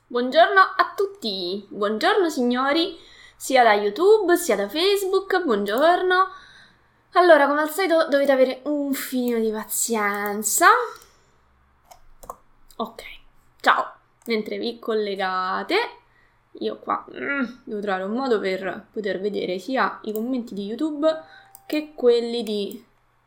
Buongiorno a tutti, buongiorno signori, sia da YouTube sia da Facebook, buongiorno. Allora, come al solito dovete avere un filino di pazienza. Ok, ciao. Mentre vi collegate, io qua devo trovare un modo per poter vedere sia i commenti di YouTube che quelli di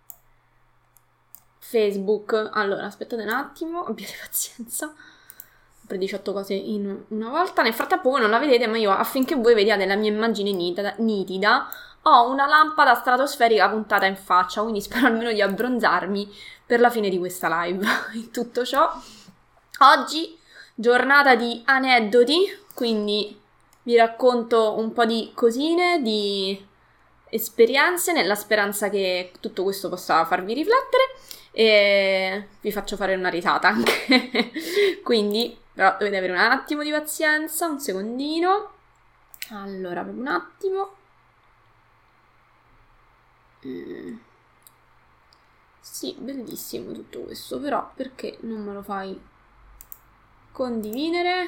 Facebook. Allora, aspettate un attimo, abbiate pazienza. Per 18 cose in una volta. Nel frattempo voi non la vedete, ma io, affinché voi vediate la mia immagine nitida, ho una lampada stratosferica puntata in faccia, quindi spero almeno di abbronzarmi per la fine di questa live. In tutto ciò, oggi giornata di aneddoti, quindi vi racconto un po' di cosine, di esperienze, nella speranza che tutto questo possa farvi riflettere e vi faccio fare una risata anche. Quindi però dovete avere un attimo di pazienza, un secondino. Allora, proprio un attimo. Sì, bellissimo tutto questo, però perché non me lo fai condividere?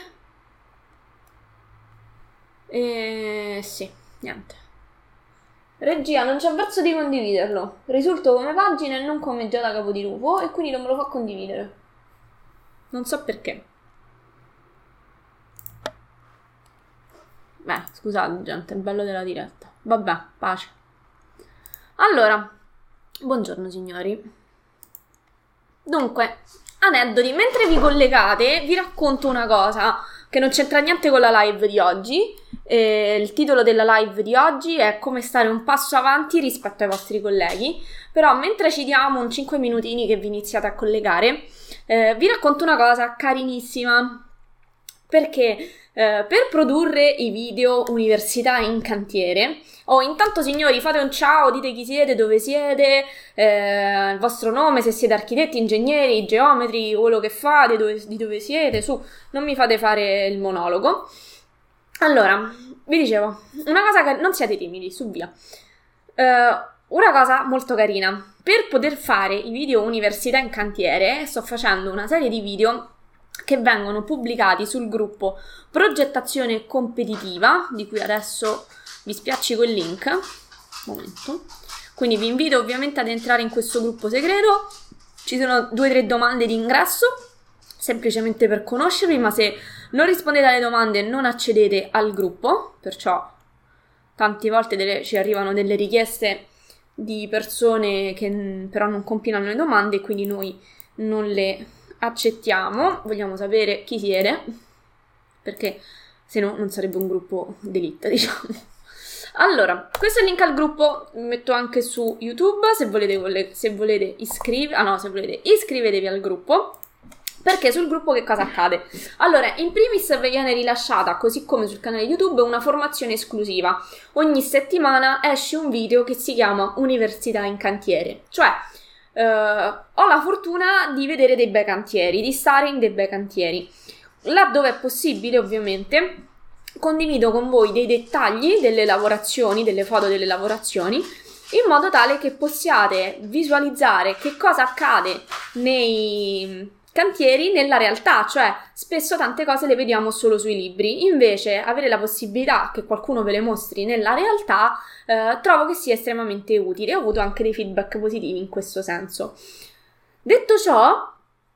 Sì, niente. Regia, non c'è verso di condividerlo. Risulto come pagina e non come già da capo di lupo e quindi non me lo fa condividere. Non so perché. Beh, scusate gente, è il bello della diretta. Vabbè, pace. Allora, buongiorno signori. Dunque, aneddoti. Mentre vi collegate, vi racconto una cosa che non c'entra niente con la live di oggi. Il titolo della live di oggi è come stare un passo avanti rispetto ai vostri colleghi. Però mentre ci diamo un 5 minutini che vi iniziate a collegare, vi racconto una cosa carinissima. Perché per produrre i video Università in Cantiere, intanto signori fate un ciao, dite chi siete, dove siete, il vostro nome, se siete architetti, ingegneri, geometri, quello che fate, di dove siete, su, non mi fate fare il monologo. Allora, vi dicevo, una cosa che non siete timidi, su via. Una cosa molto carina, per poter fare i video Università in Cantiere sto facendo una serie di video che vengono pubblicati sul gruppo Progettazione Competitiva, di cui adesso vi spiaccico il link. Momento. Quindi vi invito ovviamente ad entrare in questo gruppo segreto. Ci sono 2 o 3 domande di ingresso, semplicemente per conoscervi, ma se non rispondete alle domande non accedete al gruppo, perciò tante volte ci arrivano delle richieste di persone che però non compilano le domande e quindi noi non le accettiamo, vogliamo sapere chi siete, perché se no non sarebbe un gruppo d'élite, diciamo. Allora, questo è il link al gruppo, metto anche su YouTube, se volete iscrivetevi al gruppo, perché sul gruppo che cosa accade? Allora, in primis vi viene rilasciata, così come sul canale YouTube, una formazione esclusiva. Ogni settimana esce un video che si chiama Università in Cantiere, cioè ho la fortuna di vedere dei bei cantieri, di stare in dei bei cantieri. Laddove è possibile, ovviamente, condivido con voi dei dettagli delle lavorazioni, delle foto delle lavorazioni, in modo tale che possiate visualizzare che cosa accade nei cantieri nella realtà, cioè spesso tante cose le vediamo solo sui libri, invece avere la possibilità che qualcuno ve le mostri nella realtà trovo che sia estremamente utile. Ho avuto anche dei feedback positivi in questo senso. Detto ciò,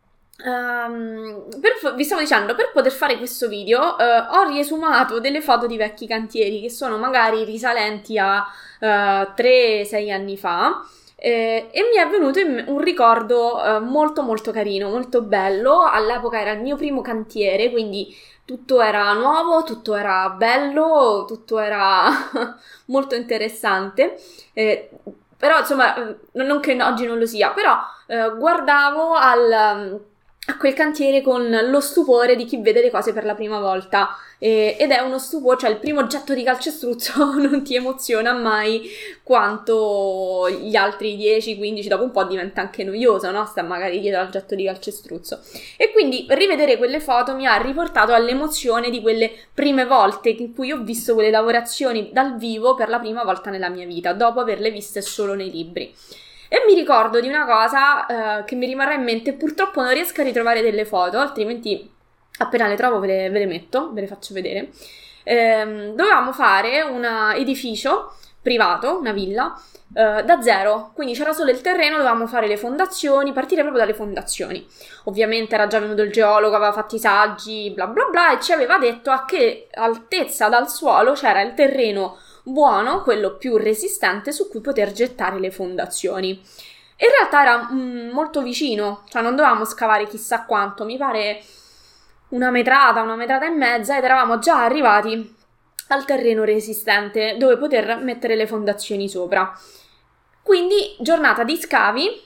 vi stavo dicendo, per poter fare questo video ho riesumato delle foto di vecchi cantieri che sono magari risalenti a 3-6 anni fa. E mi è venuto un ricordo molto molto carino, molto bello. All'epoca era il mio primo cantiere, quindi tutto era nuovo, tutto era bello, tutto era molto interessante. Però insomma, non che oggi non lo sia, però guardavo a quel cantiere con lo stupore di chi vede le cose per la prima volta, ed è uno stupore, cioè il primo getto di calcestruzzo non ti emoziona mai quanto gli altri 10-15, dopo un po' diventa anche noioso, no? Sta magari dietro al getto di calcestruzzo. E quindi rivedere quelle foto mi ha riportato all'emozione di quelle prime volte in cui ho visto quelle lavorazioni dal vivo per la prima volta nella mia vita, dopo averle viste solo nei libri. E mi ricordo di una cosa che mi rimarrà in mente, purtroppo non riesco a ritrovare delle foto, altrimenti appena le trovo ve le metto, ve le faccio vedere. Dovevamo fare un edificio privato, una villa, da zero, quindi c'era solo il terreno, dovevamo fare le fondazioni, partire proprio dalle fondazioni. Ovviamente era già venuto il geologo, aveva fatto i saggi, bla bla bla, e ci aveva detto a che altezza dal suolo c'era il terreno buono, quello più resistente, su cui poter gettare le fondazioni. In realtà era molto vicino, cioè non dovevamo scavare chissà quanto, mi pare una metrata e mezza, ed eravamo già arrivati al terreno resistente dove poter mettere le fondazioni sopra. Quindi giornata di scavi,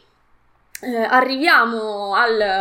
arriviamo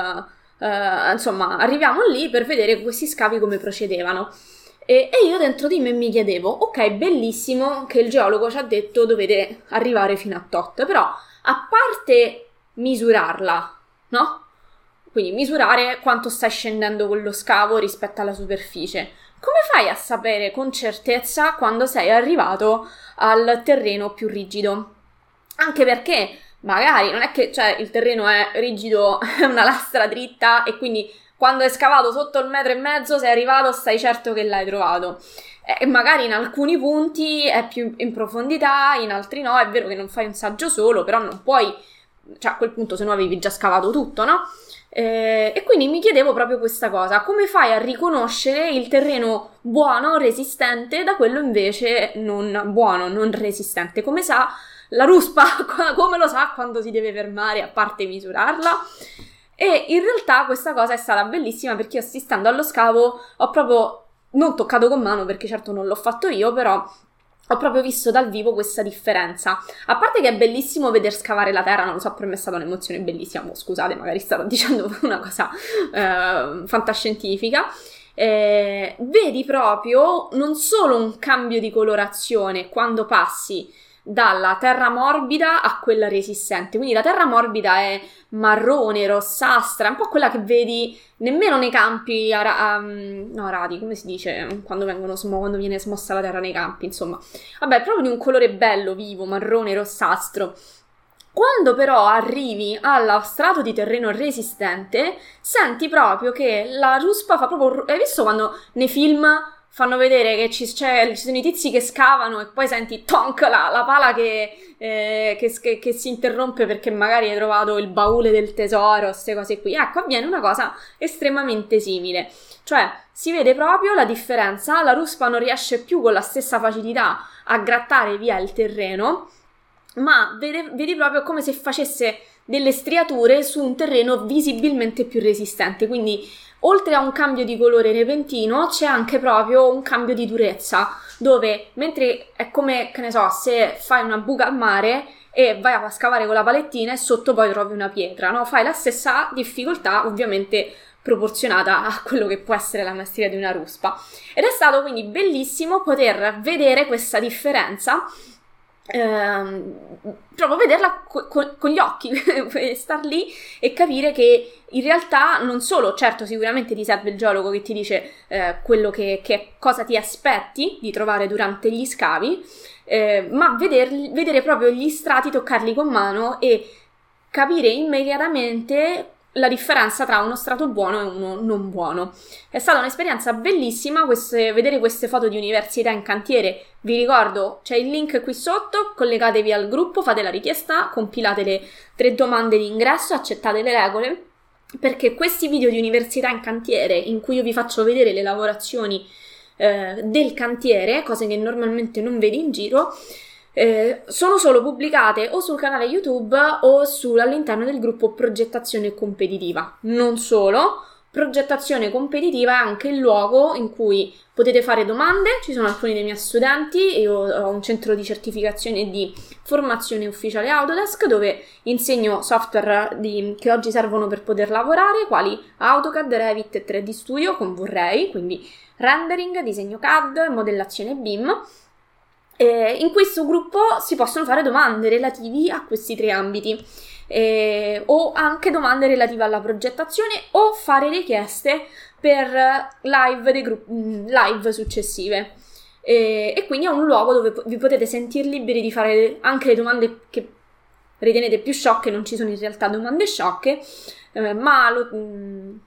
arriviamo lì per vedere questi scavi come procedevano. E io dentro di me mi chiedevo, ok, bellissimo che il geologo ci ha detto dovete arrivare fino a tot, però a parte misurarla, no? Quindi misurare quanto stai scendendo con lo scavo rispetto alla superficie. Come fai a sapere con certezza quando sei arrivato al terreno più rigido? Anche perché magari non è che il terreno è rigido, è una lastra dritta e quindi quando hai scavato sotto il 1,5 metri sei arrivato, stai certo che l'hai trovato. E magari in alcuni punti è più in profondità, in altri no. È vero che non fai un saggio solo, però non puoi, a quel punto se no avevi già scavato tutto, no? E quindi mi chiedevo proprio questa cosa: come fai a riconoscere il terreno buono, resistente, da quello invece non buono, non resistente? Come sa la ruspa, come lo sa quando si deve fermare, a parte misurarla? E in realtà questa cosa è stata bellissima, perché io, assistendo allo scavo, ho proprio non toccato con mano, perché certo non l'ho fatto io, però ho proprio visto dal vivo questa differenza. A parte che è bellissimo veder scavare la terra, non lo so, per me è stata un'emozione bellissima. Scusate, magari stavo dicendo una cosa fantascientifica. Vedi proprio non solo un cambio di colorazione quando passi dalla terra morbida a quella resistente. Quindi la terra morbida è marrone, rossastra, un po' quella che vedi nemmeno nei campi arati, come si dice quando quando viene smossa la terra nei campi, insomma. Vabbè, è proprio di un colore bello, vivo, marrone, rossastro. Quando però arrivi allo strato di terreno resistente, senti proprio che la ruspa fa proprio... Hai visto quando nei film fanno vedere che ci sono i tizi che scavano e poi senti tonk la pala che si interrompe perché magari hai trovato il baule del tesoro, queste cose qui. Ecco, avviene una cosa estremamente simile. Cioè, si vede proprio la differenza, la ruspa non riesce più con la stessa facilità a grattare via il terreno, ma vedi proprio come se facesse delle striature su un terreno visibilmente più resistente. Quindi oltre a un cambio di colore repentino c'è anche proprio un cambio di durezza, dove mentre è come, che ne so, se fai una buca al mare e vai a scavare con la palettina e sotto poi trovi una pietra, no? Fai la stessa difficoltà, ovviamente proporzionata a quello che può essere la maestria di una ruspa. Ed è stato quindi bellissimo poter vedere questa differenza, proprio vederla con gli occhi, star lì e capire che in realtà non solo, certo, sicuramente ti serve il geologo che ti dice quello che cosa ti aspetti di trovare durante gli scavi, ma vedere proprio gli strati, toccarli con mano e capire immediatamente la differenza tra uno strato buono e uno non buono. È stata un'esperienza bellissima vedere queste foto di università in cantiere. Vi ricordo, c'è il link qui sotto, collegatevi al gruppo, fate la richiesta, compilate le 3 domande di ingresso, accettate le regole, perché questi video di università in cantiere, in cui io vi faccio vedere le lavorazioni del cantiere, cose che normalmente non vedi in giro, sono solo pubblicate o sul canale YouTube o all'interno del gruppo Progettazione Competitiva. Non solo, Progettazione Competitiva è anche il luogo in cui potete fare domande. Ci sono alcuni dei miei studenti, io ho un centro di certificazione e di formazione ufficiale Autodesk, dove insegno software che oggi servono per poter lavorare, quali AutoCAD, Revit e 3D Studio con Vorrei, quindi rendering, disegno CAD, modellazione BIM. In questo gruppo si possono fare domande relativi a questi 3 ambiti, o anche domande relative alla progettazione, o fare richieste per live successive. E quindi è un luogo dove vi potete sentire liberi di fare anche le domande che ritenete più sciocche. Non ci sono in realtà domande sciocche, ma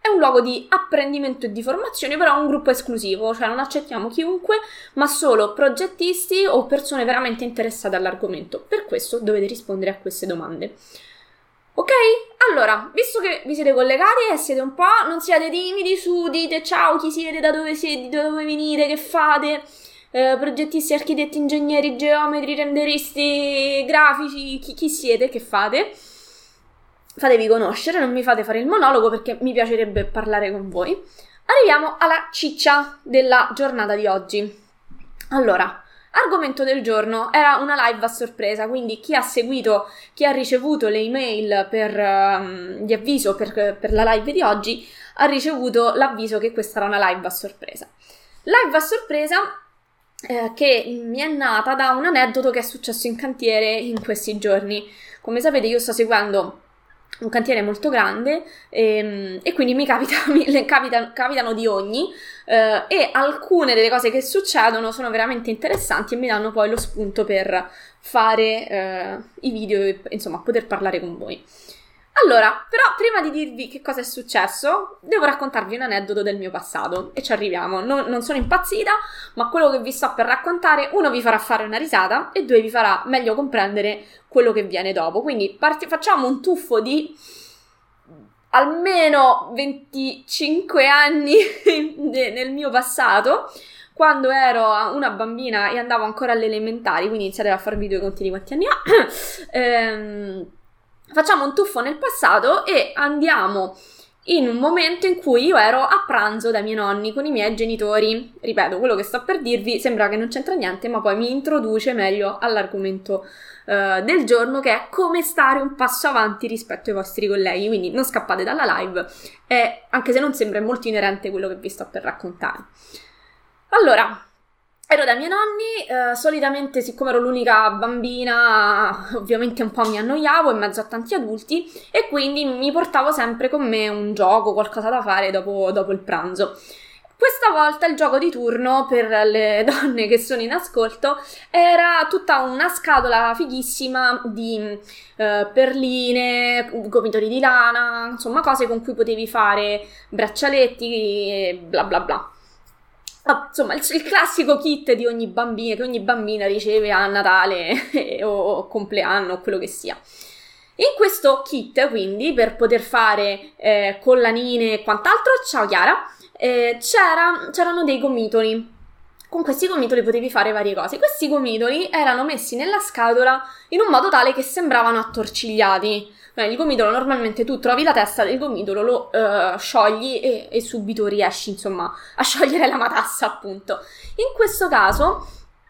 è un luogo di apprendimento e di formazione, però è un gruppo esclusivo, cioè non accettiamo chiunque, ma solo progettisti o persone veramente interessate all'argomento. Per questo dovete rispondere a queste domande. Ok? Allora, visto che vi siete collegati e siete un po', non siate timidi, su, dite ciao, chi siete, da dove siete, da dove venite, che fate, progettisti, architetti, ingegneri, geometri, renderisti, grafici, chi siete, che fate? Fatevi conoscere, non mi fate fare il monologo perché mi piacerebbe parlare con voi. Arriviamo alla ciccia della giornata di oggi. Allora, argomento del giorno era una live a sorpresa, quindi chi ha ricevuto le email di avviso per la live di oggi ha ricevuto l'avviso che questa era una live a sorpresa. Live a sorpresa che mi è nata da un aneddoto che è successo in cantiere in questi giorni. Come sapete, io sto seguendo un cantiere molto grande e quindi mi capitano di ogni e alcune delle cose che succedono sono veramente interessanti e mi danno poi lo spunto per fare i video e insomma poter parlare con voi. Allora, però prima di dirvi che cosa è successo, devo raccontarvi un aneddoto del mio passato e ci arriviamo. Non sono impazzita, ma quello che vi sto per raccontare, uno, vi farà fare una risata e due, vi farà meglio comprendere quello che viene dopo. Quindi facciamo un tuffo di almeno 25 anni nel mio passato, quando ero una bambina e andavo ancora alle elementari, quindi iniziate a farvi due conti di quanti anni ha. Facciamo un tuffo nel passato e andiamo in un momento in cui io ero a pranzo dai miei nonni con i miei genitori. Ripeto, quello che sto per dirvi sembra che non c'entra niente, ma poi mi introduce meglio all'argomento del giorno, che è come stare un passo avanti rispetto ai vostri colleghi. Quindi non scappate dalla live, anche se non sembra molto inerente quello che vi sto per raccontare. Allora, ero dai miei nonni, solitamente siccome ero l'unica bambina ovviamente un po' mi annoiavo in mezzo a tanti adulti e quindi mi portavo sempre con me un gioco, qualcosa da fare dopo il pranzo. Questa volta il gioco di turno per le donne che sono in ascolto era tutta una scatola fighissima di perline, gomitoli di lana, insomma cose con cui potevi fare braccialetti e bla bla bla. Insomma, il classico kit di ogni bambina, che ogni bambina riceve a Natale o compleanno o quello che sia. In questo kit, quindi, per poter fare collanine e quant'altro, ciao Chiara, c'erano dei gomitoli. Con questi gomitoli potevi fare varie cose. Questi gomitoli erano messi nella scatola in un modo tale che sembravano attorcigliati. Il gomitolo, normalmente tu trovi la testa del gomitolo, lo sciogli e subito riesci, insomma, a sciogliere la matassa, appunto. In questo caso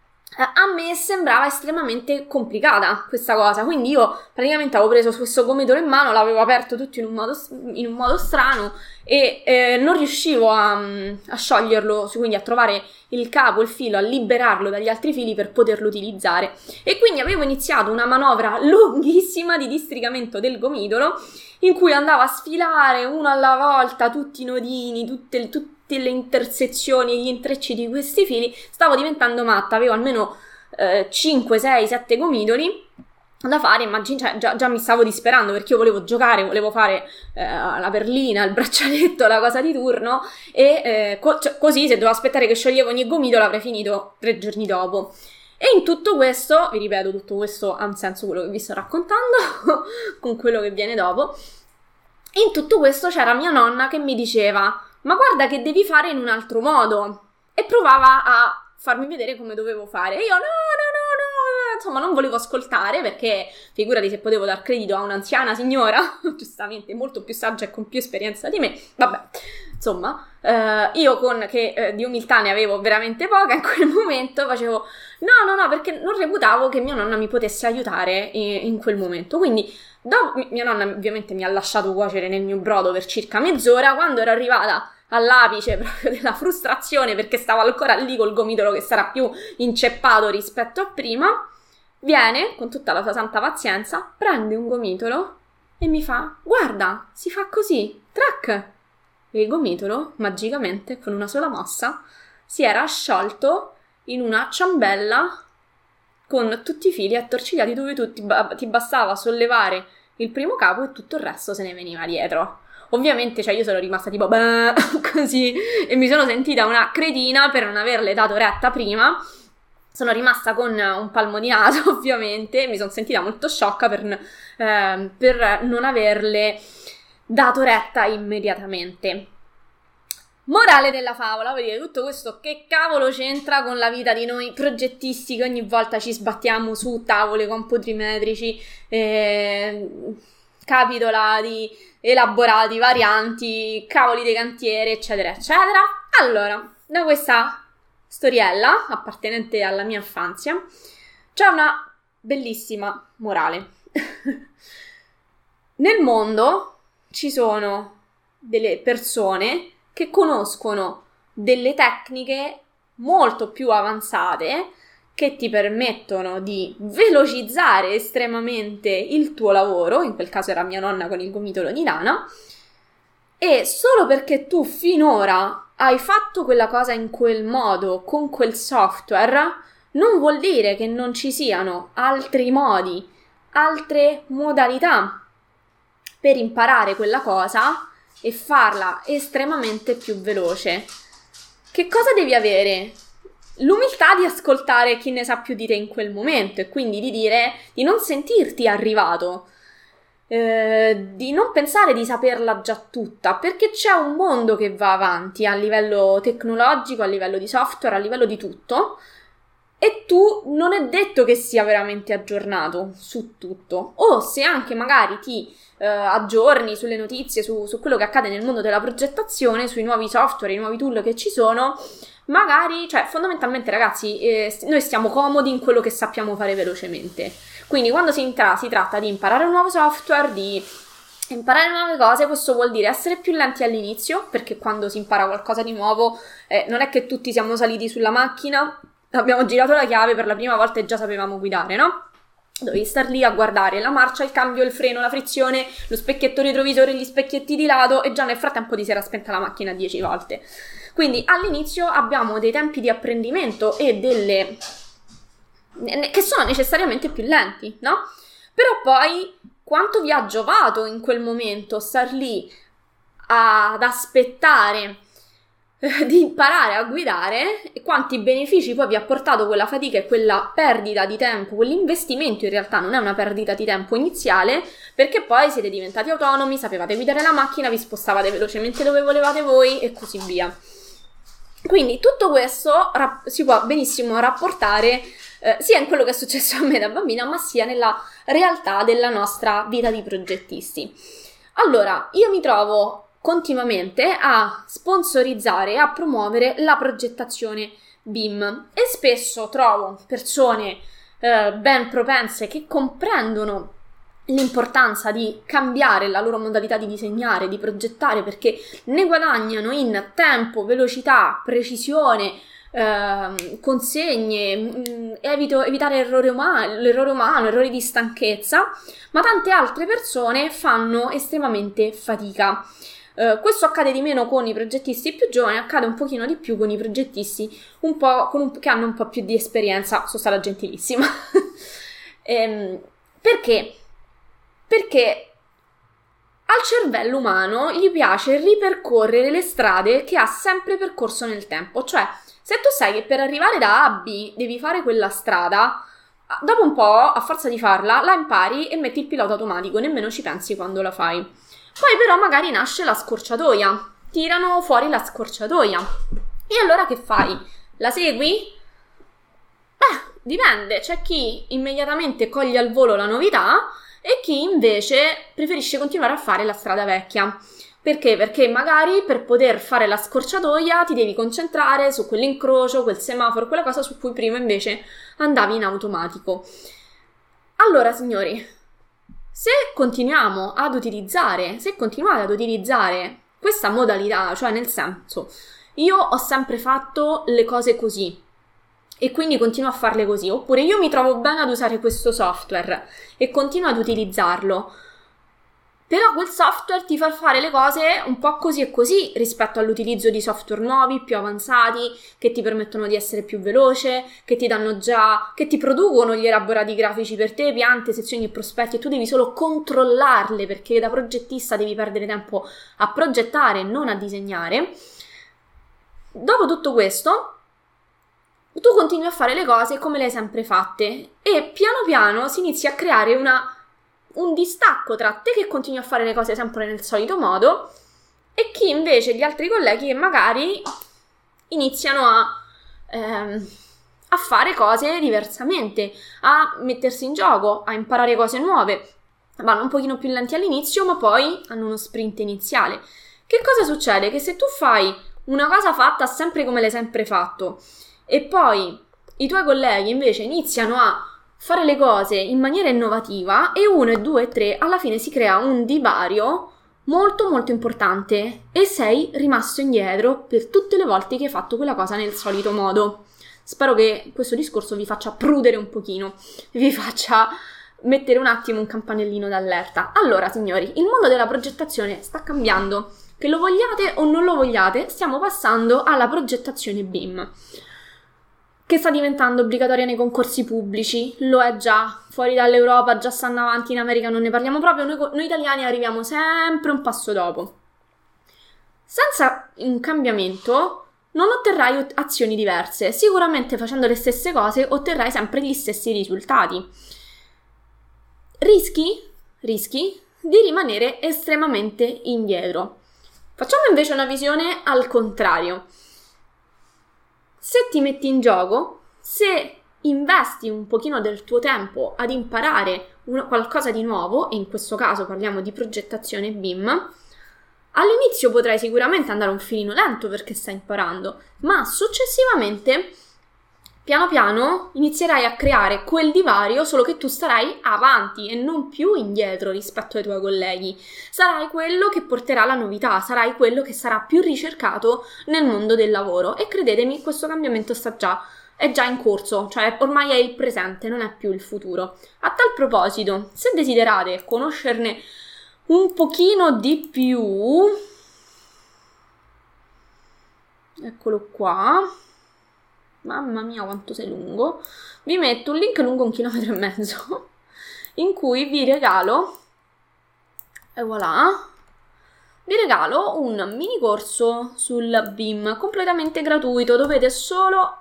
a me sembrava estremamente complicata questa cosa, quindi io praticamente avevo preso questo gomitolo in mano, l'avevo aperto tutto in un modo strano e non riuscivo a scioglierlo, quindi a trovare il capo, il filo, a liberarlo dagli altri fili per poterlo utilizzare, e quindi avevo iniziato una manovra lunghissima di distrigamento del gomitolo in cui andavo a sfilare uno alla volta tutti i nodini, tutte le intersezioni e gli intrecci di questi fili. Stavo diventando matta, avevo almeno 5, 6, 7 gomitoli da fare, cioè, già mi stavo disperando perché io volevo giocare, volevo fare la perlina, il braccialetto, la cosa di turno e così se dovevo aspettare che scioglievo ogni gomitolo avrei finito 3 giorni dopo. E in tutto questo, vi ripeto, tutto questo ha un senso quello che vi sto raccontando con quello che viene dopo. In tutto questo c'era mia nonna che mi diceva: ma guarda che devi fare in un altro modo, e provava a farmi vedere come dovevo fare. E io no, insomma non volevo ascoltare, perché figurati se potevo dar credito a un'anziana signora, giustamente molto più saggia e con più esperienza di me. Vabbè, insomma, io di umiltà ne avevo veramente poca in quel momento, facevo no, perché non reputavo che mia nonna mi potesse aiutare in quel momento. Quindi mia nonna ovviamente mi ha lasciato cuocere nel mio brodo per circa mezz'ora. Quando ero arrivata all'apice proprio della frustrazione, perché stavo ancora lì col gomitolo che sarà più inceppato rispetto a prima, viene con tutta la sua santa pazienza, prende un gomitolo e mi fa: guarda, si fa così, trac! E il gomitolo, magicamente, con una sola mossa, si era sciolto in una ciambella con tutti i fili attorcigliati, dove ti bastava sollevare il primo capo e tutto il resto se ne veniva dietro. Ovviamente, cioè, io sono rimasta tipo beh, così, e mi sono sentita una cretina per non averle dato retta prima. Sono rimasta con un palmo di naso, ovviamente, mi sono sentita molto sciocca per non averle dato retta immediatamente. Morale della favola, vedete, tutto questo che cavolo c'entra con la vita di noi progettisti che ogni volta ci sbattiamo su tavole con potrimetrici, capitolati, elaborati, varianti, cavoli di cantiere, eccetera, eccetera. Allora, da questa storiella, appartenente alla mia infanzia, c'è una bellissima morale. Nel mondo ci sono delle persone che conoscono delle tecniche molto più avanzate che ti permettono di velocizzare estremamente il tuo lavoro, in quel caso era mia nonna con il gomitolo di lana, e solo perché tu finora hai fatto quella cosa in quel modo, con quel software, non vuol dire che non ci siano altri modi, altre modalità per imparare quella cosa e farla estremamente più veloce. Che cosa devi avere? L'umiltà di ascoltare chi ne sa più di te in quel momento e quindi di non sentirti arrivato, di non pensare di saperla già tutta, perché c'è un mondo che va avanti a livello tecnologico, a livello di software, a livello di tutto, e tu non è detto che sia veramente aggiornato su tutto, o se anche magari ti aggiorni sulle notizie, su quello che accade nel mondo della progettazione, sui nuovi software, i nuovi tool che ci sono, magari, cioè fondamentalmente ragazzi, noi stiamo comodi in quello che sappiamo fare velocemente, quindi quando si tratta di imparare un nuovo software, di imparare nuove cose, questo vuol dire essere più lenti all'inizio, perché quando si impara qualcosa di nuovo non è che tutti siamo saliti sulla macchina, abbiamo girato la chiave per la prima volta e già sapevamo guidare, no? Dovevi star lì a guardare la marcia, il cambio, il freno, la frizione, lo specchietto retrovisore, gli specchietti di lato e già nel frattempo ti si era spenta la macchina 10 volte. Quindi all'inizio abbiamo dei tempi di apprendimento e che sono necessariamente più lenti, no? Però poi quanto vi ha giovato in quel momento star lì ad aspettare di imparare a guidare e quanti benefici poi vi ha portato quella fatica e quella perdita di tempo, quell'investimento in realtà non è una perdita di tempo iniziale, perché poi siete diventati autonomi, sapevate guidare la macchina, vi spostavate velocemente dove volevate voi e così via. Quindi tutto questo si può benissimo rapportare sia in quello che è successo a me da bambina, ma sia nella realtà della nostra vita di progettisti. Allora, io mi trovo continuamente a sponsorizzare e a promuovere la progettazione BIM e spesso trovo persone ben propense che comprendono l'importanza di cambiare la loro modalità di disegnare, di progettare, perché ne guadagnano in tempo, velocità, precisione, consegne, evitare l'errore umano, errori di stanchezza, ma tante altre persone fanno estremamente fatica. Questo accade di meno con i progettisti più giovani, accade un pochino di più con i progettisti che hanno un po' più di esperienza. Sono stata gentilissima. Perché? Perché al cervello umano gli piace ripercorrere le strade che ha sempre percorso nel tempo. Cioè, se tu sai che per arrivare da A a B devi fare quella strada, dopo un po', a forza di farla, la impari e metti il pilota automatico, nemmeno ci pensi quando la fai. Poi però magari nasce la scorciatoia, tirano fuori la scorciatoia. E allora che fai? La segui? Dipende, c'è chi immediatamente coglie al volo la novità e chi invece preferisce continuare a fare la strada vecchia. Perché? Perché magari per poter fare la scorciatoia ti devi concentrare su quell'incrocio, quel semaforo, quella cosa su cui prima invece andavi in automatico. Allora, signori, se continuate ad utilizzare questa modalità, cioè nel senso, io ho sempre fatto le cose così e quindi continuo a farle così, oppure io mi trovo bene ad usare questo software e continuo ad utilizzarlo, Però quel software ti fa fare le cose un po' così e così rispetto all'utilizzo di software nuovi, più avanzati, che ti permettono di essere più veloce, che ti producono gli elaborati grafici per te, piante, sezioni e prospetti, e tu devi solo controllarle, perché da progettista devi perdere tempo a progettare, non a disegnare. Dopo tutto questo, tu continui a fare le cose come le hai sempre fatte e piano piano si inizia a creare un distacco tra te che continui a fare le cose sempre nel solito modo e chi invece, gli altri colleghi che magari iniziano a fare cose diversamente, a mettersi in gioco, a imparare cose nuove. Vanno un pochino più lenti all'inizio, ma poi hanno uno sprint iniziale. Che cosa succede? Che se tu fai una cosa fatta sempre come l'hai sempre fatto e poi i tuoi colleghi invece iniziano a fare le cose in maniera innovativa e 1 e 2 e 3 alla fine si crea un divario molto molto importante e sei rimasto indietro per tutte le volte che hai fatto quella cosa nel solito modo. Spero che questo discorso vi faccia prudere un pochino, vi faccia mettere un attimo un campanellino d'allerta. Allora, signori, il mondo della progettazione sta cambiando. Che lo vogliate o non lo vogliate, stiamo passando alla progettazione BIM, che sta diventando obbligatoria nei concorsi pubblici. Lo è già, fuori dall'Europa già stanno avanti, in America non ne parliamo proprio, noi italiani arriviamo sempre un passo dopo. Senza un cambiamento non otterrai azioni diverse, sicuramente facendo le stesse cose otterrai sempre gli stessi risultati. Rischi di rimanere estremamente indietro. Facciamo invece una visione al contrario. Se ti metti in gioco, se investi un pochino del tuo tempo ad imparare qualcosa di nuovo, e in questo caso parliamo di progettazione BIM, all'inizio potrai sicuramente andare un filino lento perché stai imparando, ma successivamente, piano piano, inizierai a creare quel divario, solo che tu starai avanti e non più indietro rispetto ai tuoi colleghi. Sarai quello che porterà la novità, sarai quello che sarà più ricercato nel mondo del lavoro e credetemi, questo cambiamento è già in corso, cioè ormai è il presente, non è più il futuro. A tal proposito, se desiderate conoscerne un pochino di più, eccolo qua. Mamma mia quanto sei lungo, vi metto un link lungo 1,5 km in cui vi regalo, e voilà, vi regalo un mini corso sul BIM completamente gratuito. Dovete solo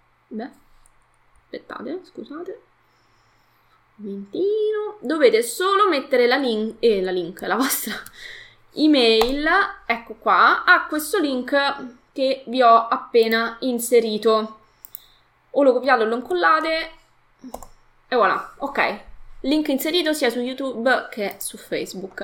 aspettate, scusate un momentino, dovete solo mettere la vostra email, ecco qua, a questo link che vi ho appena inserito. O lo copiate o lo incollate e voilà, ok, link inserito sia su YouTube che su Facebook.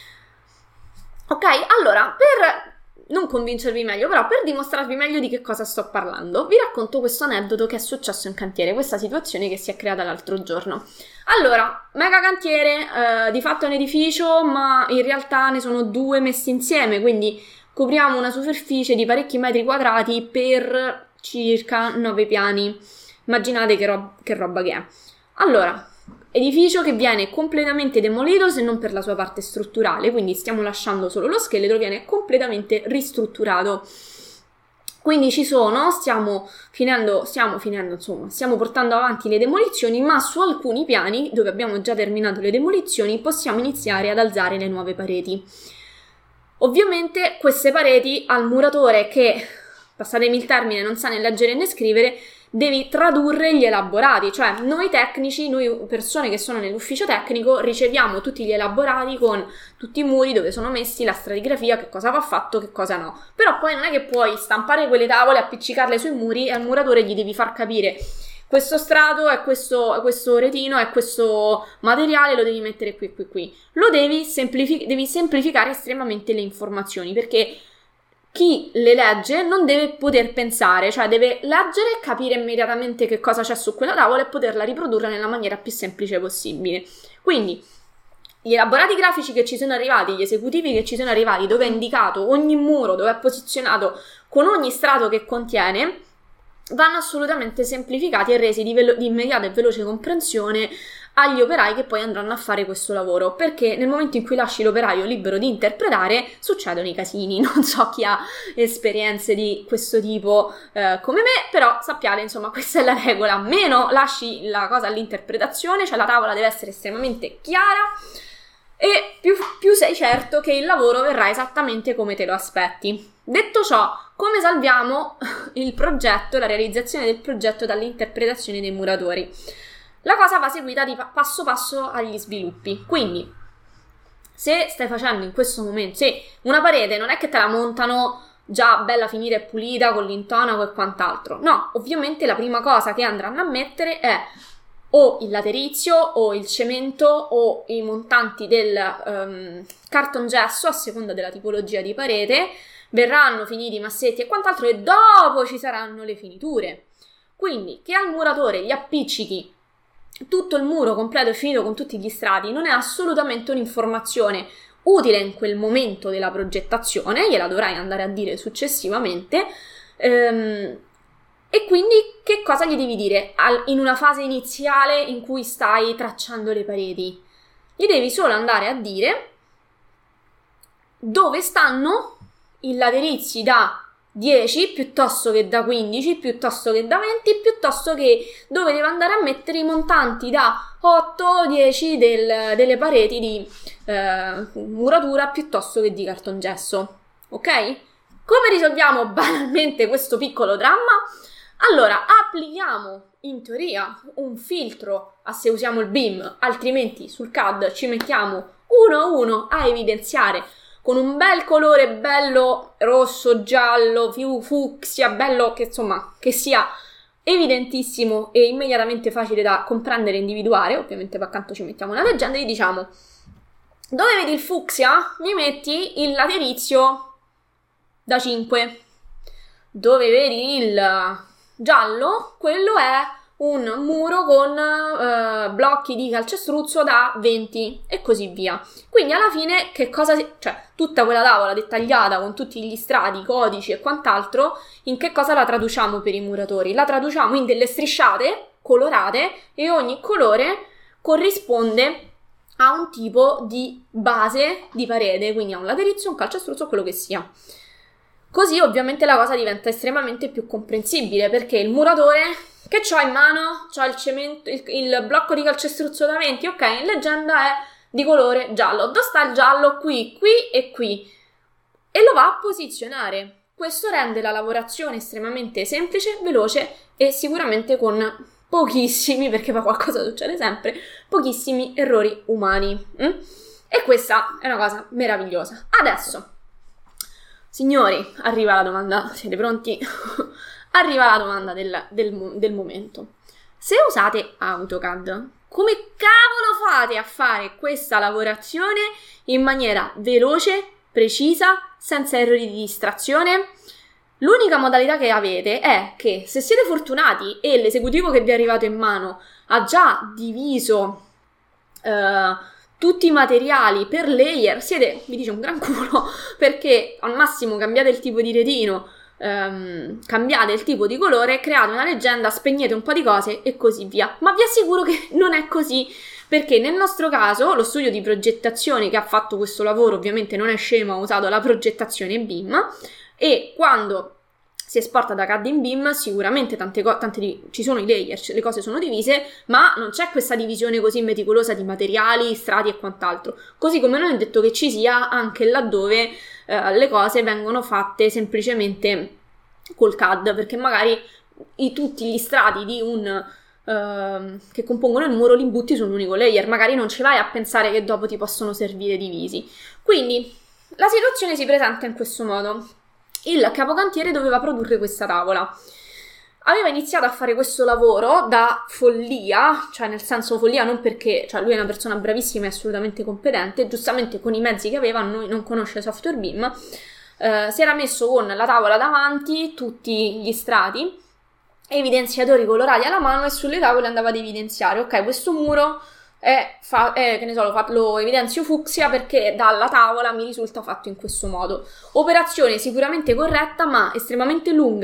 Ok, allora, per non convincervi meglio, però per dimostrarvi meglio di che cosa sto parlando, vi racconto questo aneddoto che è successo in cantiere, questa situazione che si è creata l'altro giorno. Allora, mega cantiere, di fatto è un edificio, ma in realtà ne sono 2 messi insieme, quindi copriamo una superficie di parecchi metri quadrati per circa 9 piani. Immaginate che roba che è. Allora, edificio che viene completamente demolito se non per la sua parte strutturale, quindi stiamo lasciando solo lo scheletro, viene completamente ristrutturato. Quindi stiamo portando avanti le demolizioni, ma su alcuni piani dove abbiamo già terminato le demolizioni possiamo iniziare ad alzare le nuove pareti. Ovviamente queste pareti al muratore che, passatemi il termine, non sa né leggere né scrivere, devi tradurre gli elaborati, cioè noi tecnici, noi persone che sono nell'ufficio tecnico, riceviamo tutti gli elaborati con tutti i muri dove sono messi, la stratigrafia, che cosa va fatto, che cosa no. Però poi non è che puoi stampare quelle tavole, appiccicarle sui muri e al muratore gli devi far capire questo strato è questo retino, è questo materiale, lo devi mettere qui. Lo devi semplificare estremamente le informazioni, perché chi le legge non deve poter pensare, cioè deve leggere e capire immediatamente che cosa c'è su quella tavola e poterla riprodurre nella maniera più semplice possibile. Quindi gli elaborati grafici che ci sono arrivati, gli esecutivi che ci sono arrivati, dove è indicato ogni muro, dove è posizionato con ogni strato che contiene, vanno assolutamente semplificati e resi di immediata e veloce comprensione agli operai che poi andranno a fare questo lavoro, perché nel momento in cui lasci l'operaio libero di interpretare succedono i casini. Non so chi ha esperienze di questo tipo come me, però sappiate, insomma, questa è la regola: meno lasci la cosa all'interpretazione, cioè la tavola deve essere estremamente chiara, e più sei certo che il lavoro verrà esattamente come te lo aspetti. Detto ciò, come salviamo il progetto, la realizzazione del progetto dall'interpretazione dei muratori? La cosa va seguita di passo passo agli sviluppi. Quindi, se stai facendo in questo momento, se una parete non è che te la montano già bella finita e pulita con l'intonaco e quant'altro, no, ovviamente la prima cosa che andranno a mettere è o il laterizio o il cemento o i montanti del cartongesso, a seconda della tipologia di parete. Verranno finiti i massetti e quant'altro, e dopo ci saranno le finiture. Quindi che al muratore gli appiccichi tutto il muro completo e finito con tutti gli strati non è assolutamente un'informazione utile in quel momento della progettazione, gliela dovrai andare a dire successivamente. E quindi che cosa gli devi dire in una fase iniziale in cui stai tracciando le pareti? Gli devi solo andare a dire dove stanno i laterizi da 10 piuttosto che da 15, piuttosto che da 20, piuttosto che dove deve andare a mettere i montanti da 8, 10 delle pareti di muratura piuttosto che di cartongesso. Ok? Come risolviamo banalmente questo piccolo dramma? Allora, applichiamo in teoria un filtro se usiamo il BIM, altrimenti sul CAD ci mettiamo uno a uno a evidenziare con un bel colore bello rosso, giallo, fucsia, bello che insomma che sia evidentissimo e immediatamente facile da comprendere e individuare. Ovviamente accanto ci mettiamo una leggenda e gli diciamo: dove vedi il fucsia mi metti il laterizio da 5, dove vedi il giallo quello è un muro con blocchi di calcestruzzo da 20 e così via. Quindi alla fine che cosa cioè tutta quella tavola dettagliata con tutti gli strati, codici e quant'altro, in che cosa la traduciamo per i muratori? La traduciamo in delle strisciate colorate e ogni colore corrisponde a un tipo di base di parete, quindi a un laterizio, un calcestruzzo, quello che sia. Così ovviamente la cosa diventa estremamente più comprensibile, perché il muratore che c'ho in mano? C'ho il cemento, il blocco di calcestruzzo da 20, ok, in leggenda è di colore giallo. Dove sta il giallo? Qui, qui e qui. E lo va a posizionare. Questo rende la lavorazione estremamente semplice, veloce e sicuramente con pochissimi, perché poi qualcosa succede sempre, pochissimi errori umani. E questa è una cosa meravigliosa. Adesso, signori, arriva la domanda. Siete pronti? Arriva la domanda del momento. Se usate AutoCAD, come cavolo fate a fare questa lavorazione in maniera veloce, precisa, senza errori di distrazione? L'unica modalità che avete è che, se siete fortunati e l'esecutivo che vi è arrivato in mano ha già diviso tutti i materiali per layer, vi dice un gran culo, perché al massimo cambiate il tipo di retino, cambiate il tipo di colore, create una leggenda, spegnete un po' di cose e così via. Ma vi assicuro che non è così, perché nel nostro caso lo studio di progettazione che ha fatto questo lavoro ovviamente non è scemo, ha usato la progettazione BIM, e quando si esporta da CAD in BIM sicuramente ci sono i layer, le cose sono divise, ma non c'è questa divisione così meticolosa di materiali, strati e quant'altro, così come non è detto che ci sia anche laddove le cose vengono fatte semplicemente col CAD, perché magari tutti gli strati di che compongono il muro li butti su un unico layer, magari non ci vai a pensare che dopo ti possono servire divisi. Quindi la situazione si presenta in questo modo. Il capocantiere doveva produrre questa tavola. Aveva iniziato a fare questo lavoro da follia, cioè nel senso follia non perché, cioè lui è una persona bravissima e assolutamente competente, giustamente con i mezzi che aveva, non conosce software BIM, si era messo con la tavola davanti, tutti gli strati, evidenziatori colorati alla mano, e sulle tavole andava ad evidenziare, ok, questo muro che ne so, lo evidenzio fucsia perché dalla tavola mi risulta fatto in questo modo. Operazione sicuramente corretta, ma estremamente lunga,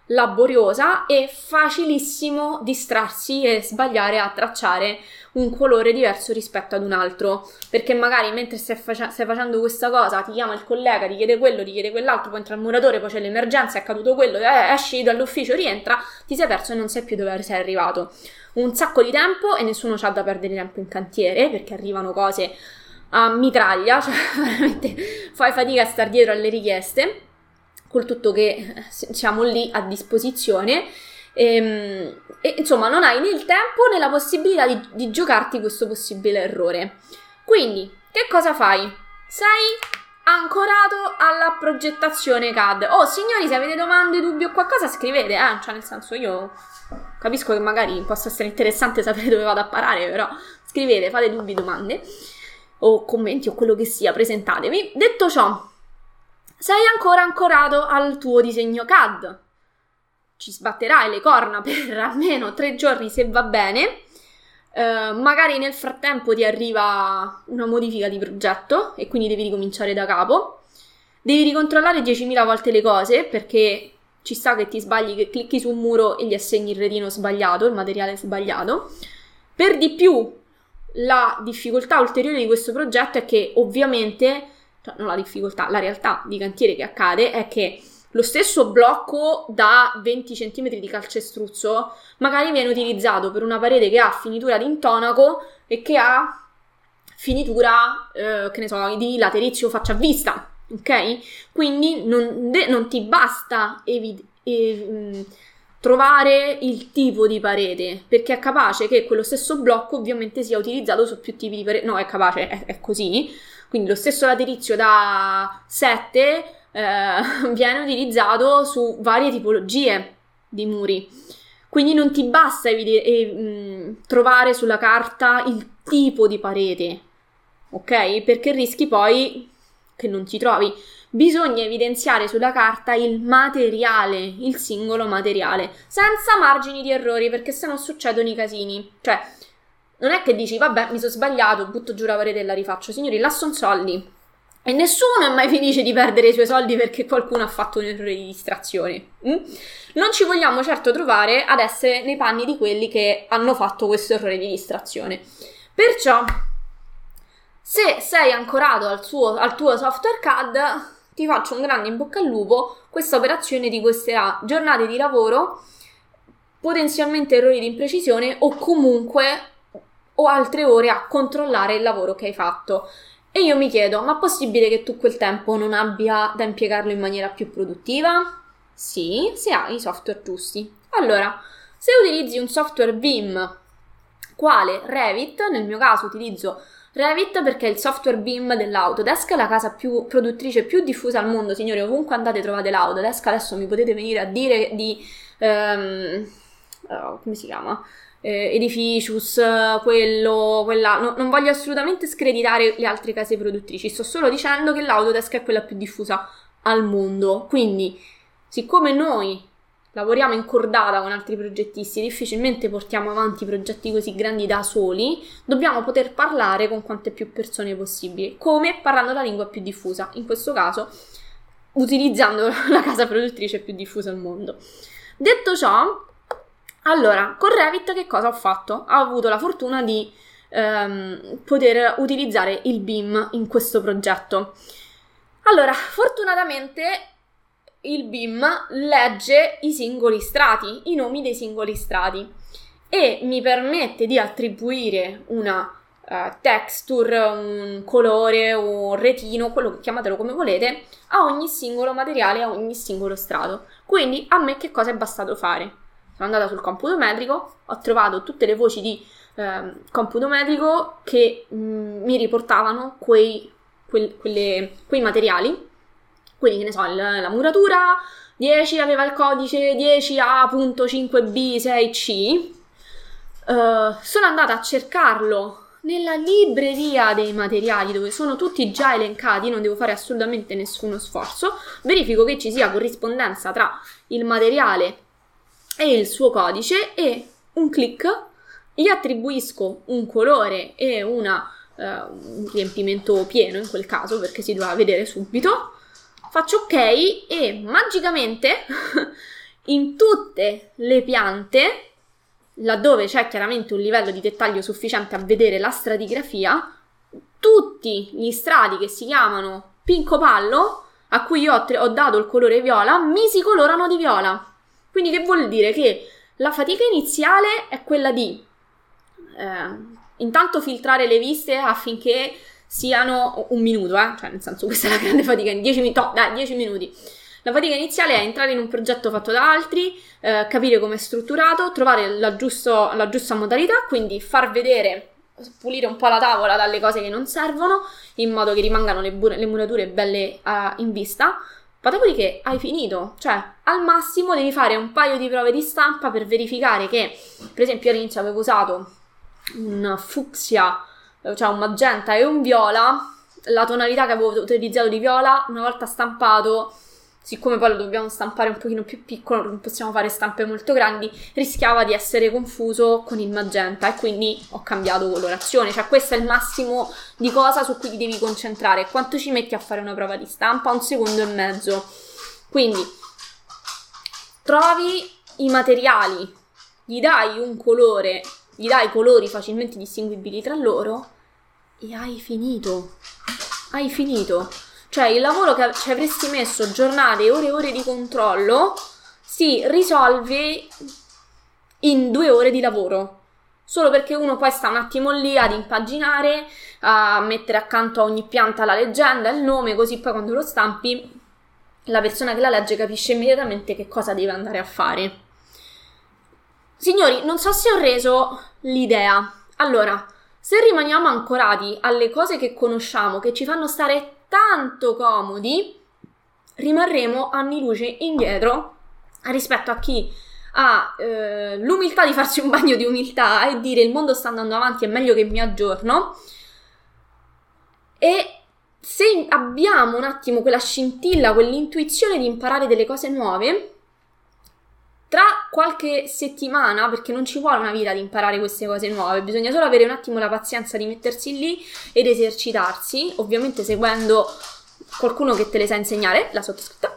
laboriosa e facilissimo distrarsi e sbagliare a tracciare un colore diverso rispetto ad un altro, perché magari mentre stai facendo questa cosa ti chiama il collega, ti chiede quello, ti chiede quell'altro, poi entra il muratore, poi c'è l'emergenza, è accaduto quello, esci dall'ufficio, rientra, ti sei perso e non sai più dove sei arrivato. Un sacco di tempo e nessuno c'ha da perdere tempo in cantiere, perché arrivano cose a mitraglia, cioè veramente fai fatica a star dietro alle richieste, col tutto che siamo lì a disposizione e insomma non hai né il tempo né la possibilità di giocarti questo possibile errore. Quindi che cosa fai? Sei ancorato alla progettazione CAD. Oh signori, se avete domande, dubbi o qualcosa scrivete, cioè nel senso, io capisco che magari possa essere interessante sapere dove vado a parare, però scrivete, fate dubbi, domande o commenti o quello che sia, presentatevi. Detto ciò, sei ancora ancorato al tuo disegno CAD, ci sbatterai le corna per almeno 3 giorni se va bene, magari nel frattempo ti arriva una modifica di progetto e quindi devi ricominciare da capo, devi ricontrollare 10.000 volte le cose perché ci sta che ti sbagli, che clicchi su un muro e gli assegni il retino sbagliato, il materiale sbagliato. Per di più, la difficoltà ulteriore di questo progetto è che ovviamente, cioè non la difficoltà, la realtà di cantiere che accade è che lo stesso blocco da 20 cm di calcestruzzo magari viene utilizzato per una parete che ha finitura di intonaco e che ha finitura, che ne so, di laterizio faccia a vista, ok? Quindi non ti basta trovare il tipo di parete, perché è capace che quello stesso blocco ovviamente sia utilizzato su più tipi di parete, no, è capace, è così, quindi lo stesso laterizio da 7 viene utilizzato su varie tipologie di muri, quindi non ti basta trovare sulla carta il tipo di parete, ok? Perché rischi poi che non ti trovi. Bisogna evidenziare sulla carta il materiale, il singolo materiale, senza margini di errori, perché se no succedono i casini. Cioè, non è che dici, vabbè, mi sono sbagliato, butto giù la parete e la rifaccio. Signori, là sono soldi. E nessuno è mai felice di perdere i suoi soldi perché qualcuno ha fatto un errore di distrazione. Non ci vogliamo certo trovare ad essere nei panni di quelli che hanno fatto questo errore di distrazione. Perciò, se sei ancorato al tuo software CAD, ti faccio un grande in bocca al lupo. Questa operazione ti costerà giornate di lavoro, potenzialmente errori di imprecisione o comunque altre ore a controllare il lavoro che hai fatto. E io mi chiedo, ma è possibile che tu quel tempo non abbia da impiegarlo in maniera più produttiva? Sì, se hai i software giusti. Allora, se utilizzi un software BIM quale Revit, nel mio caso utilizzo Revit perché è il software BIM dell'Autodesk, la casa più produttrice più diffusa al mondo, signori, ovunque andate trovate l'Autodesk. Adesso mi potete venire a dire di come si chiama? Edificius, quella, non voglio assolutamente screditare le altre case produttrici, sto solo dicendo che l'Autodesk è quella più diffusa al mondo, quindi siccome noi lavoriamo in cordata con altri progettisti e difficilmente portiamo avanti progetti così grandi da soli, dobbiamo poter parlare con quante più persone possibili. Come? Parlando la lingua più diffusa, in questo caso utilizzando la casa produttrice più diffusa al mondo. Detto ciò, allora, con Revit che cosa ho fatto? Ho avuto la fortuna di poter utilizzare il BIM in questo progetto. Allora, fortunatamente il BIM legge i singoli strati, i nomi dei singoli strati e mi permette di attribuire una texture, un colore, un retino, chiamatelo come volete, a ogni singolo materiale, a ogni singolo strato. Quindi a me che cosa è bastato fare? Sono andata sul computo metrico, ho trovato tutte le voci di computo metrico che mi riportavano quei materiali. Quindi, che ne so, la muratura 10 aveva il codice 10A.5B6C. Sono andata a cercarlo nella libreria dei materiali dove sono tutti già elencati, non devo fare assolutamente nessuno sforzo. Verifico che ci sia corrispondenza tra il materiale e il suo codice e un click gli attribuisco un colore e un riempimento pieno in quel caso perché si doveva vedere subito. Faccio ok e magicamente in tutte le piante, laddove c'è chiaramente un livello di dettaglio sufficiente a vedere la stratigrafia, tutti gli strati che si chiamano pincopallo, a cui io ho dato il colore viola, mi si colorano di viola. Quindi che vuol dire? Che la fatica iniziale è quella di intanto filtrare le viste affinché siano un minuto, cioè nel senso questa è la grande fatica, in 10 minuti, dai, 10 minuti. La fatica iniziale è entrare in un progetto fatto da altri, capire come è strutturato, trovare la giusta modalità, quindi far vedere, pulire un po' la tavola dalle cose che non servono, in modo che rimangano le murature belle in vista. Ma dopodiché hai finito, cioè al massimo devi fare un paio di prove di stampa per verificare che, per esempio, all'inizio avevo usato un fucsia, cioè un magenta e un viola, la tonalità che avevo utilizzato di viola, una volta stampato, siccome poi lo dobbiamo stampare un pochino più piccolo, non possiamo fare stampe molto grandi, rischiava di essere confuso con il magenta e quindi ho cambiato colorazione. Cioè questo è il massimo di cosa su cui ti devi concentrare. Quanto ci metti a fare una prova di stampa? 1 secondo e mezzo. Quindi trovi i materiali, gli dai un colore, gli dai colori facilmente distinguibili tra loro e hai finito. Hai finito. Cioè il lavoro che ci avresti messo giornate e ore di controllo si risolve in 2 ore di lavoro. Solo perché uno poi sta un attimo lì ad impaginare, a mettere accanto a ogni pianta la leggenda, il nome, così poi quando lo stampi la persona che la legge capisce immediatamente che cosa deve andare a fare. Signori, non so se ho reso l'idea. Allora, se rimaniamo ancorati alle cose che conosciamo, che ci fanno stare tanto comodi, rimarremo anni luce indietro rispetto a chi ha l'umiltà di farsi un bagno di umiltà e dire il mondo sta andando avanti, è meglio che mi aggiorno. E se abbiamo un attimo quella scintilla, quell'intuizione di imparare delle cose nuove, tra qualche settimana, perché non ci vuole una vita di imparare queste cose nuove, bisogna solo avere un attimo la pazienza di mettersi lì ed esercitarsi, ovviamente seguendo qualcuno che te le sa insegnare, la sottoscritta.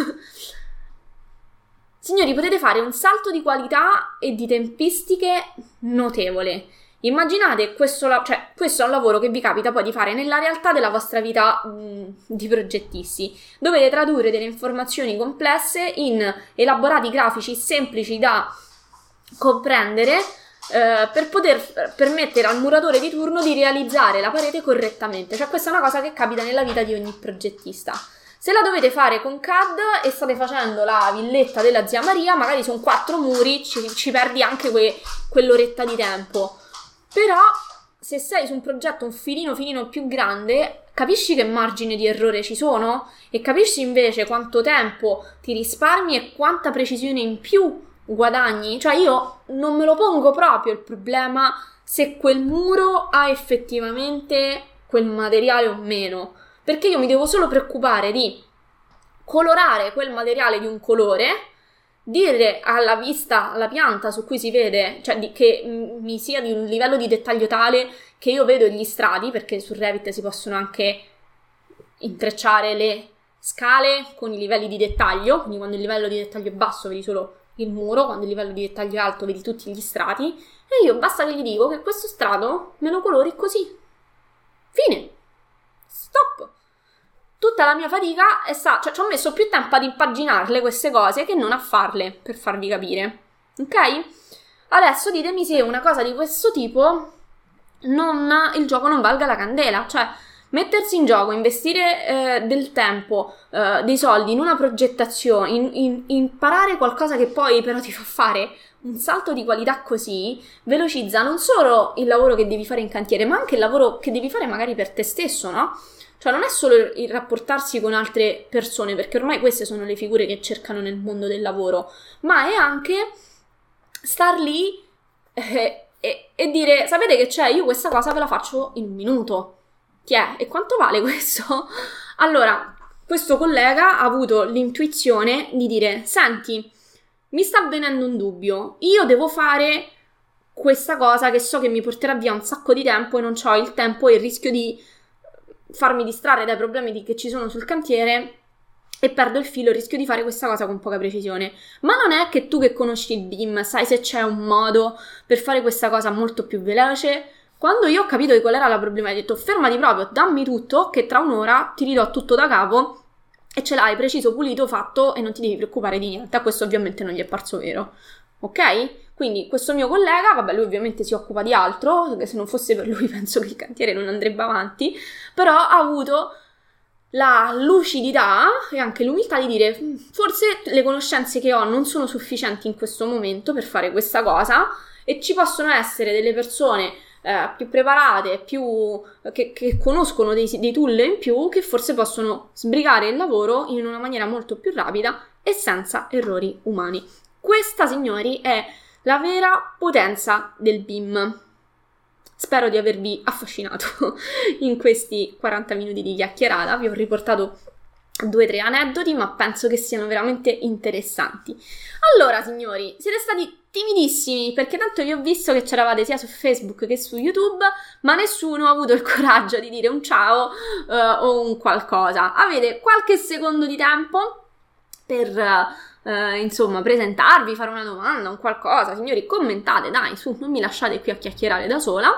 Signori, potete fare un salto di qualità e di tempistiche notevole. Immaginate questo è un lavoro che vi capita poi di fare nella realtà della vostra vita di progettisti. Dovete tradurre delle informazioni complesse in elaborati grafici semplici da comprendere per poter permettere al muratore di turno di realizzare la parete correttamente. Cioè questa è una cosa che capita nella vita di ogni progettista. Se la dovete fare con CAD e state facendo la villetta della zia Maria, magari sono 4 muri, ci perdi anche quell'oretta di tempo. Però se sei su un progetto un filino più grande, capisci che margini di errore ci sono e capisci invece quanto tempo ti risparmi e quanta precisione in più guadagni. Cioè io non me lo pongo proprio il problema se quel muro ha effettivamente quel materiale o meno, perché io mi devo solo preoccupare di colorare quel materiale di un colore, dire alla vista, alla pianta su cui si vede, cioè che mi sia di un livello di dettaglio tale che io vedo gli strati, perché su Revit si possono anche intrecciare le scale con i livelli di dettaglio, quindi quando il livello di dettaglio è basso vedi solo il muro, quando il livello di dettaglio è alto vedi tutti gli strati, e io basta che gli dico che questo strato me lo colori così. Fine. Stop. Tutta la mia fatica è stata, cioè ci ho messo più tempo ad impaginarle queste cose che non a farle, per farvi capire. Ok? Adesso ditemi se una cosa di questo tipo il gioco non valga la candela. Cioè, mettersi in gioco, investire del tempo, dei soldi in una progettazione, imparare qualcosa che poi però ti fa fare un salto di qualità così, velocizza non solo il lavoro che devi fare in cantiere, ma anche il lavoro che devi fare magari per te stesso, no? Cioè non è solo il rapportarsi con altre persone, perché ormai queste sono le figure che cercano nel mondo del lavoro, ma è anche star lì e dire, sapete che c'è? Io questa cosa ve la faccio in 1 minuto. Chi è? E quanto vale questo? Allora, questo collega ha avuto l'intuizione di dire, senti, mi sta avvenendo un dubbio, io devo fare questa cosa che so che mi porterà via un sacco di tempo e non ho il tempo e il rischio di farmi distrarre dai problemi che ci sono sul cantiere e perdo il filo, rischio di fare questa cosa con poca precisione. Ma non è che tu che conosci il BIM sai se c'è un modo per fare questa cosa molto più veloce? Quando io ho capito che qual era la problema, ho detto fermati proprio, dammi tutto che tra un'ora ti ridò tutto da capo e ce l'hai preciso, pulito, fatto e non ti devi preoccupare di niente. A questo ovviamente non gli è parso vero, ok? Quindi questo mio collega, vabbè, lui ovviamente si occupa di altro, perché se non fosse per lui penso che il cantiere non andrebbe avanti, però ha avuto la lucidità e anche l'umiltà di dire forse le conoscenze che ho non sono sufficienti in questo momento per fare questa cosa e ci possono essere delle persone più preparate, che conoscono dei tool in più che forse possono sbrigare il lavoro in una maniera molto più rapida e senza errori umani. Questa, signori, è la vera potenza del BIM. Spero di avervi affascinato in questi 40 minuti di chiacchierata. Vi ho riportato 2-3 aneddoti, ma penso che siano veramente interessanti. Allora, signori, siete stati timidissimi perché tanto vi ho visto che c'eravate sia su Facebook che su YouTube, ma nessuno ha avuto il coraggio di dire un ciao o un qualcosa. Avete qualche secondo di tempo per insomma presentarvi, fare una domanda, un qualcosa. Signori, commentate, dai, su, non mi lasciate qui a chiacchierare da sola,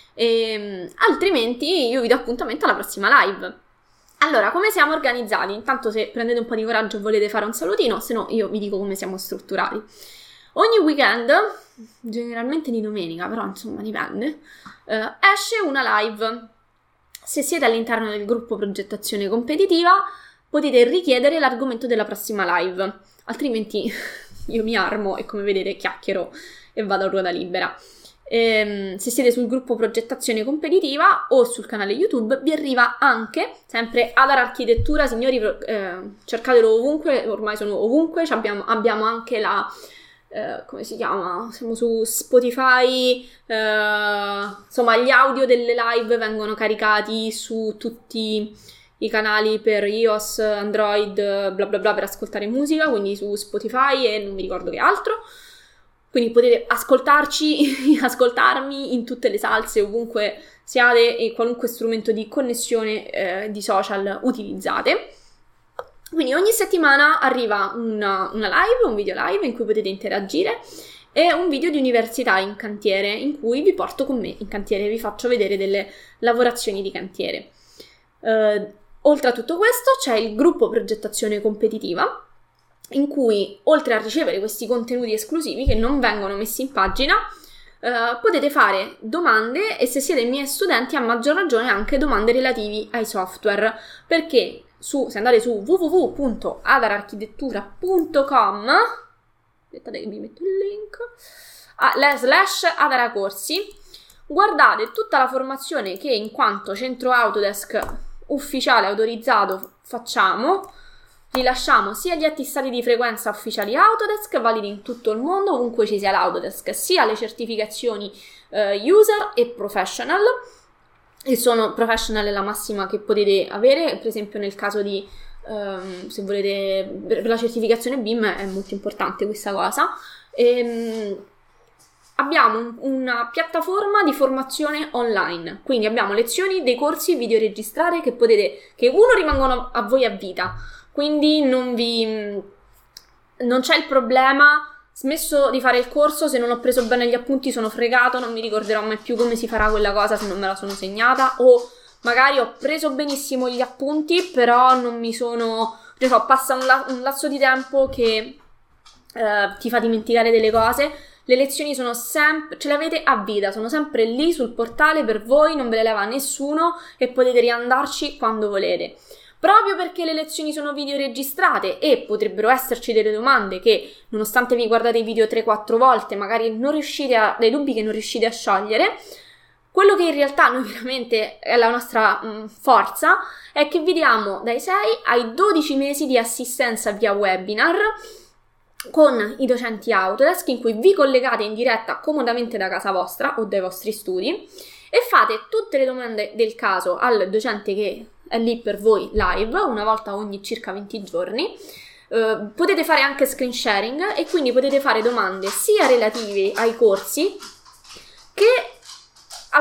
altrimenti io vi do appuntamento alla prossima live. Allora, come siamo organizzati? Intanto, se prendete un po' di coraggio e volete fare un salutino, se no io vi dico come siamo strutturati. Ogni weekend, generalmente di domenica, però insomma dipende, esce una live. Se siete all'interno del gruppo progettazione competitiva potete richiedere l'argomento della prossima live, altrimenti io mi armo e, come vedete, chiacchiero e vado a ruota libera. Se siete sul gruppo progettazione competitiva o sul canale YouTube vi arriva anche sempre Adar Architettura, signori, cercatelo ovunque, ormai sono ovunque, abbiamo anche la come si chiama? Siamo su Spotify, insomma gli audio delle live vengono caricati su tutti i canali per iOS, Android, bla bla bla, per ascoltare musica, quindi su Spotify e non mi ricordo che altro. Quindi potete ascoltarmi in tutte le salse, ovunque siate e qualunque strumento di connessione di social utilizzate. Quindi ogni settimana arriva una live, un video live in cui potete interagire e un video di università in cantiere in cui vi porto con me in cantiere e vi faccio vedere delle lavorazioni di cantiere. Oltre a tutto questo c'è il gruppo progettazione competitiva, in cui, oltre a ricevere questi contenuti esclusivi che non vengono messi in pagina, potete fare domande e, se siete miei studenti, a maggior ragione anche domande relativi ai software, perché se andate su www.adararchitettura.com, aspettate che vi metto il link, /adaracorsi, guardate tutta la formazione che, in quanto centro Autodesk ufficiale autorizzato, facciamo. Rilasciamo sia gli attestati di frequenza ufficiali Autodesk, validi in tutto il mondo, ovunque ci sia l'Autodesk, sia le certificazioni user e professional, e sono professional è la massima che potete avere. Per esempio nel caso di se volete, per la certificazione BIM è molto importante questa cosa. Abbiamo una piattaforma di formazione online, quindi abbiamo lezioni, dei corsi, video registrati che rimangono a voi a vita. Quindi non c'è il problema, smesso di fare il corso, se non ho preso bene gli appunti sono fregato, non mi ricorderò mai più come si farà quella cosa se non me la sono segnata, o magari ho preso benissimo gli appunti però non mi sono, passa un lasso di tempo che ti fa dimenticare delle cose. Le lezioni sono sempre, ce le avete a vita, sono sempre lì sul portale per voi, non ve le leva nessuno e potete riandarci quando volete. Proprio perché le lezioni sono video registrate e potrebbero esserci delle domande che, nonostante vi guardate i video 3-4 volte, magari dei dubbi che non riuscite a sciogliere, quello che in realtà noi veramente è la nostra forza è che vi diamo dai 6 ai 12 mesi di assistenza via webinar con i docenti Autodesk, in cui vi collegate in diretta comodamente da casa vostra o dai vostri studi e fate tutte le domande del caso al docente che è lì per voi live, una volta ogni circa 20 giorni. Potete fare anche screen sharing e quindi potete fare domande sia relative ai corsi che al fatto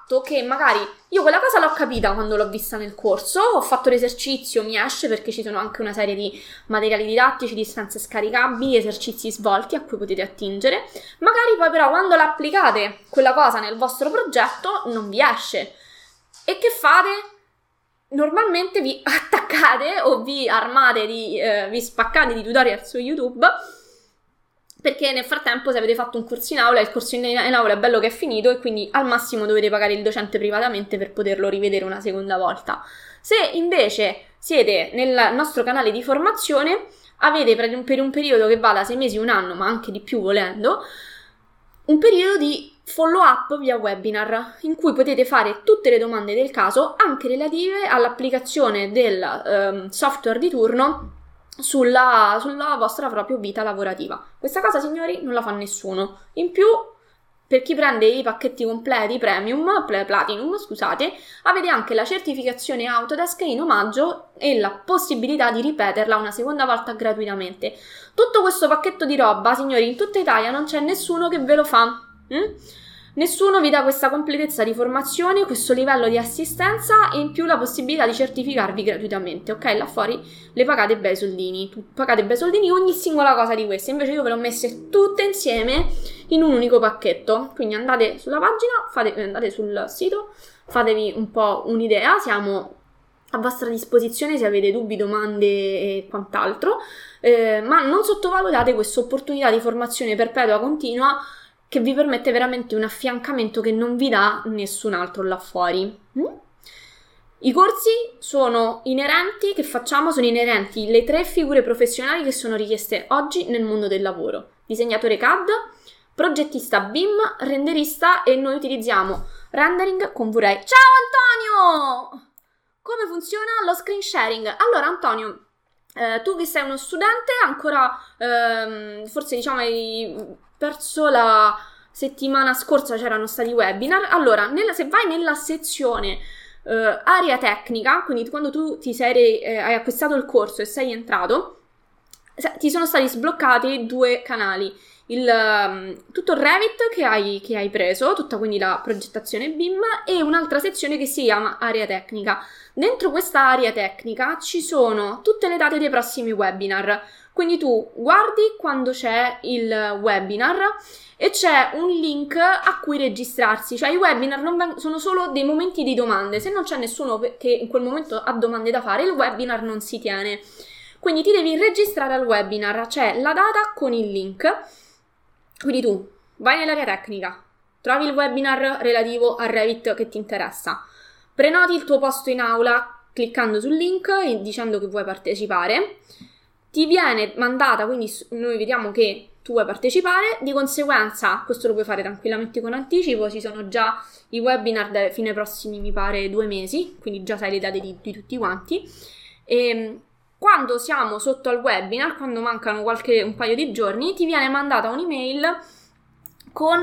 fatto che magari io quella cosa l'ho capita quando l'ho vista nel corso, ho fatto l'esercizio, mi esce perché ci sono anche una serie di materiali didattici, distanze scaricabili, esercizi svolti a cui potete attingere, magari poi però quando l'applicate quella cosa nel vostro progetto non vi esce. E che fate? Normalmente vi attaccate o vi armate vi spaccate di tutorial su YouTube, perché nel frattempo se avete fatto un corso in aula, il corso in aula è bello che è finito e quindi al massimo dovete pagare il docente privatamente per poterlo rivedere una seconda volta. Se invece siete nel nostro canale di formazione, avete per un periodo che va da 6 mesi, un anno, ma anche di più volendo, un periodo di follow up via webinar in cui potete fare tutte le domande del caso, anche relative all'applicazione del software di turno sulla vostra propria vita lavorativa. Questa cosa, signori, non la fa nessuno. In più, per chi prende i pacchetti completi Platinum, scusate, avete anche la certificazione Autodesk in omaggio e la possibilità di ripeterla una seconda volta gratuitamente. Tutto questo pacchetto di roba, signori, in tutta Italia non c'è nessuno che ve lo fa. Nessuno vi dà questa completezza di formazione, questo livello di assistenza e in più la possibilità di certificarvi gratuitamente, ok? Là fuori le pagate bei soldini, ogni singola cosa di queste, invece io ve le ho messe tutte insieme in un unico pacchetto, quindi andate sulla pagina, andate sul sito, fatevi un po' un'idea, siamo a vostra disposizione se avete dubbi, domande e quant'altro, ma non sottovalutate questa opportunità di formazione perpetua continua che vi permette veramente un affiancamento che non vi dà nessun altro là fuori. I corsi sono inerenti, le 3 figure professionali che sono richieste oggi nel mondo del lavoro. Disegnatore CAD, progettista BIM, renderista e noi utilizziamo rendering con V-Ray. Ciao Antonio! Come funziona lo screen sharing? Allora Antonio, tu che sei uno studente ancora, forse diciamo hai perso la settimana scorsa, c'erano stati webinar. Allora, se vai nella sezione area tecnica, quindi quando tu hai acquistato il corso e sei entrato, ti sono stati sbloccati 2 canali. Tutto il Revit che hai preso, tutta quindi la progettazione BIM, e un'altra sezione che si chiama area tecnica. Dentro questa area tecnica ci sono tutte le date dei prossimi webinar. Quindi tu guardi quando c'è il webinar e c'è un link a cui registrarsi, cioè i webinar sono solo dei momenti di domande, se non c'è nessuno che in quel momento ha domande da fare, il webinar non si tiene. Quindi ti devi registrare al webinar, c'è la data con il link, quindi tu vai nell'area tecnica, trovi il webinar relativo al Revit che ti interessa, prenoti il tuo posto in aula cliccando sul link e dicendo che vuoi partecipare. Ti viene mandata, quindi noi vediamo che tu vuoi partecipare, di conseguenza questo lo puoi fare tranquillamente con anticipo, ci sono già i webinar fino ai prossimi, mi pare, 2 mesi, quindi già sai le date di tutti quanti. E quando siamo sotto al webinar, quando mancano un paio di giorni, ti viene mandata un'email con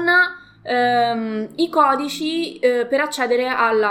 i codici per accedere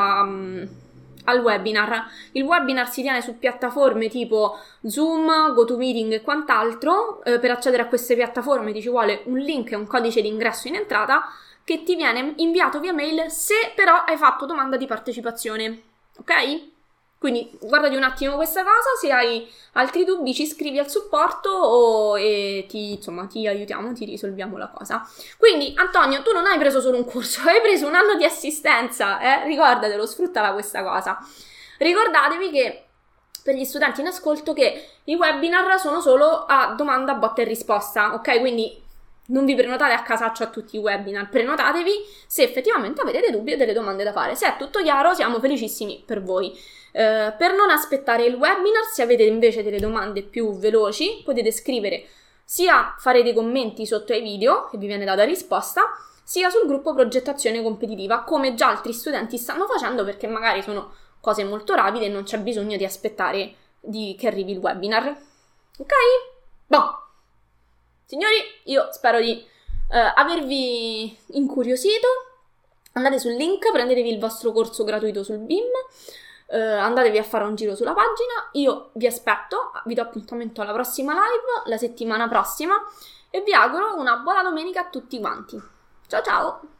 al webinar. Il webinar si tiene su piattaforme tipo Zoom, GoToMeeting e quant'altro. Per accedere a queste piattaforme ti ci vuole un link e un codice di ingresso in entrata che ti viene inviato via mail se però hai fatto domanda di partecipazione, ok? Quindi guardati un attimo questa cosa, se hai altri dubbi ci scrivi al supporto e ti aiutiamo, ti risolviamo la cosa. Quindi Antonio, tu non hai preso solo un corso, hai preso un anno di assistenza, ricordatelo, sfruttala questa cosa. Ricordatevi che per gli studenti in ascolto che i webinar sono solo a domanda, botta e risposta, ok? Quindi non vi prenotate a casaccio a tutti i webinar, prenotatevi se effettivamente avete dei dubbi e delle domande da fare. Se è tutto chiaro, siamo felicissimi per voi. Per non aspettare il webinar, se avete invece delle domande più veloci, potete scrivere, sia fare dei commenti sotto ai video, che vi viene data risposta, sia sul gruppo progettazione competitiva, come già altri studenti stanno facendo, perché magari sono cose molto rapide e non c'è bisogno di aspettare che arrivi il webinar. Ok? Boh. Signori, io spero di avervi incuriosito. Andate sul link, prendetevi il vostro corso gratuito sul BIM, andatevi a fare un giro sulla pagina. Io vi aspetto, vi do appuntamento alla prossima live, la settimana prossima, e vi auguro una buona domenica a tutti quanti. Ciao ciao!